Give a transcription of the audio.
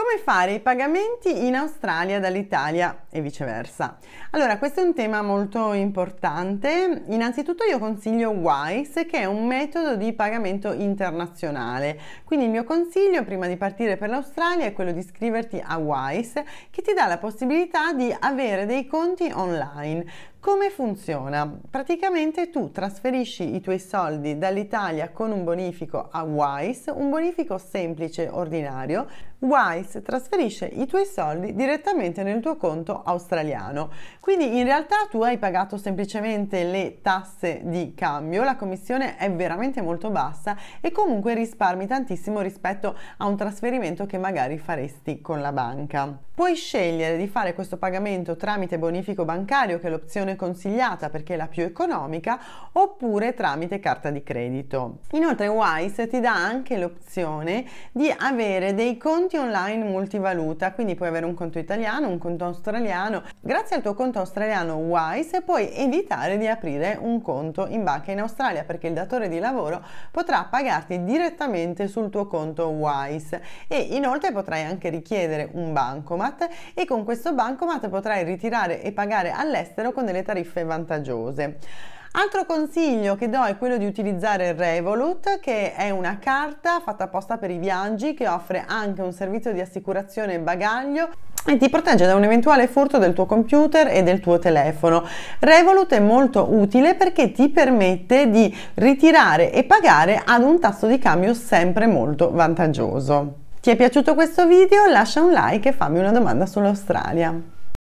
Come fare i pagamenti in Australia dall'Italia e viceversa? Allora, questo è un tema molto importante. Innanzitutto io consiglio Wise, che è un metodo di pagamento internazionale. Quindi il mio consiglio prima di partire per l'Australia è quello di iscriverti a Wise, che ti dà la possibilità di avere dei conti online. Come funziona? Praticamente tu trasferisci i tuoi soldi dall'Italia con un bonifico a Wise, un bonifico semplice, ordinario. Wise trasferisce i tuoi soldi direttamente nel tuo conto australiano. Quindi in realtà tu hai pagato semplicemente le tasse di cambio, la commissione è veramente molto bassa e comunque risparmi tantissimo rispetto a un trasferimento che magari faresti con la banca. Puoi scegliere di fare questo pagamento tramite bonifico bancario, che è l'opzione consigliata perché è la più economica, oppure tramite carta di credito. Inoltre Wise ti dà anche l'opzione di avere dei conti online multivaluta, quindi puoi avere un conto italiano, un conto australiano. Grazie al tuo conto australiano Wise puoi evitare di aprire un conto in banca in Australia, perché il datore di lavoro potrà pagarti direttamente sul tuo conto Wise e inoltre potrai anche richiedere un bancomat e con questo bancomat potrai ritirare e pagare all'estero con delle tariffe vantaggiose. Altro consiglio che do è quello di utilizzare Revolut, che è una carta fatta apposta per i viaggi, che offre anche un servizio di assicurazione bagaglio e ti protegge da un eventuale furto del tuo computer e del tuo telefono. Revolut è molto utile perché ti permette di ritirare e pagare ad un tasso di cambio sempre molto vantaggioso. Ti è piaciuto questo video? Lascia un like e fammi una domanda sull'Australia.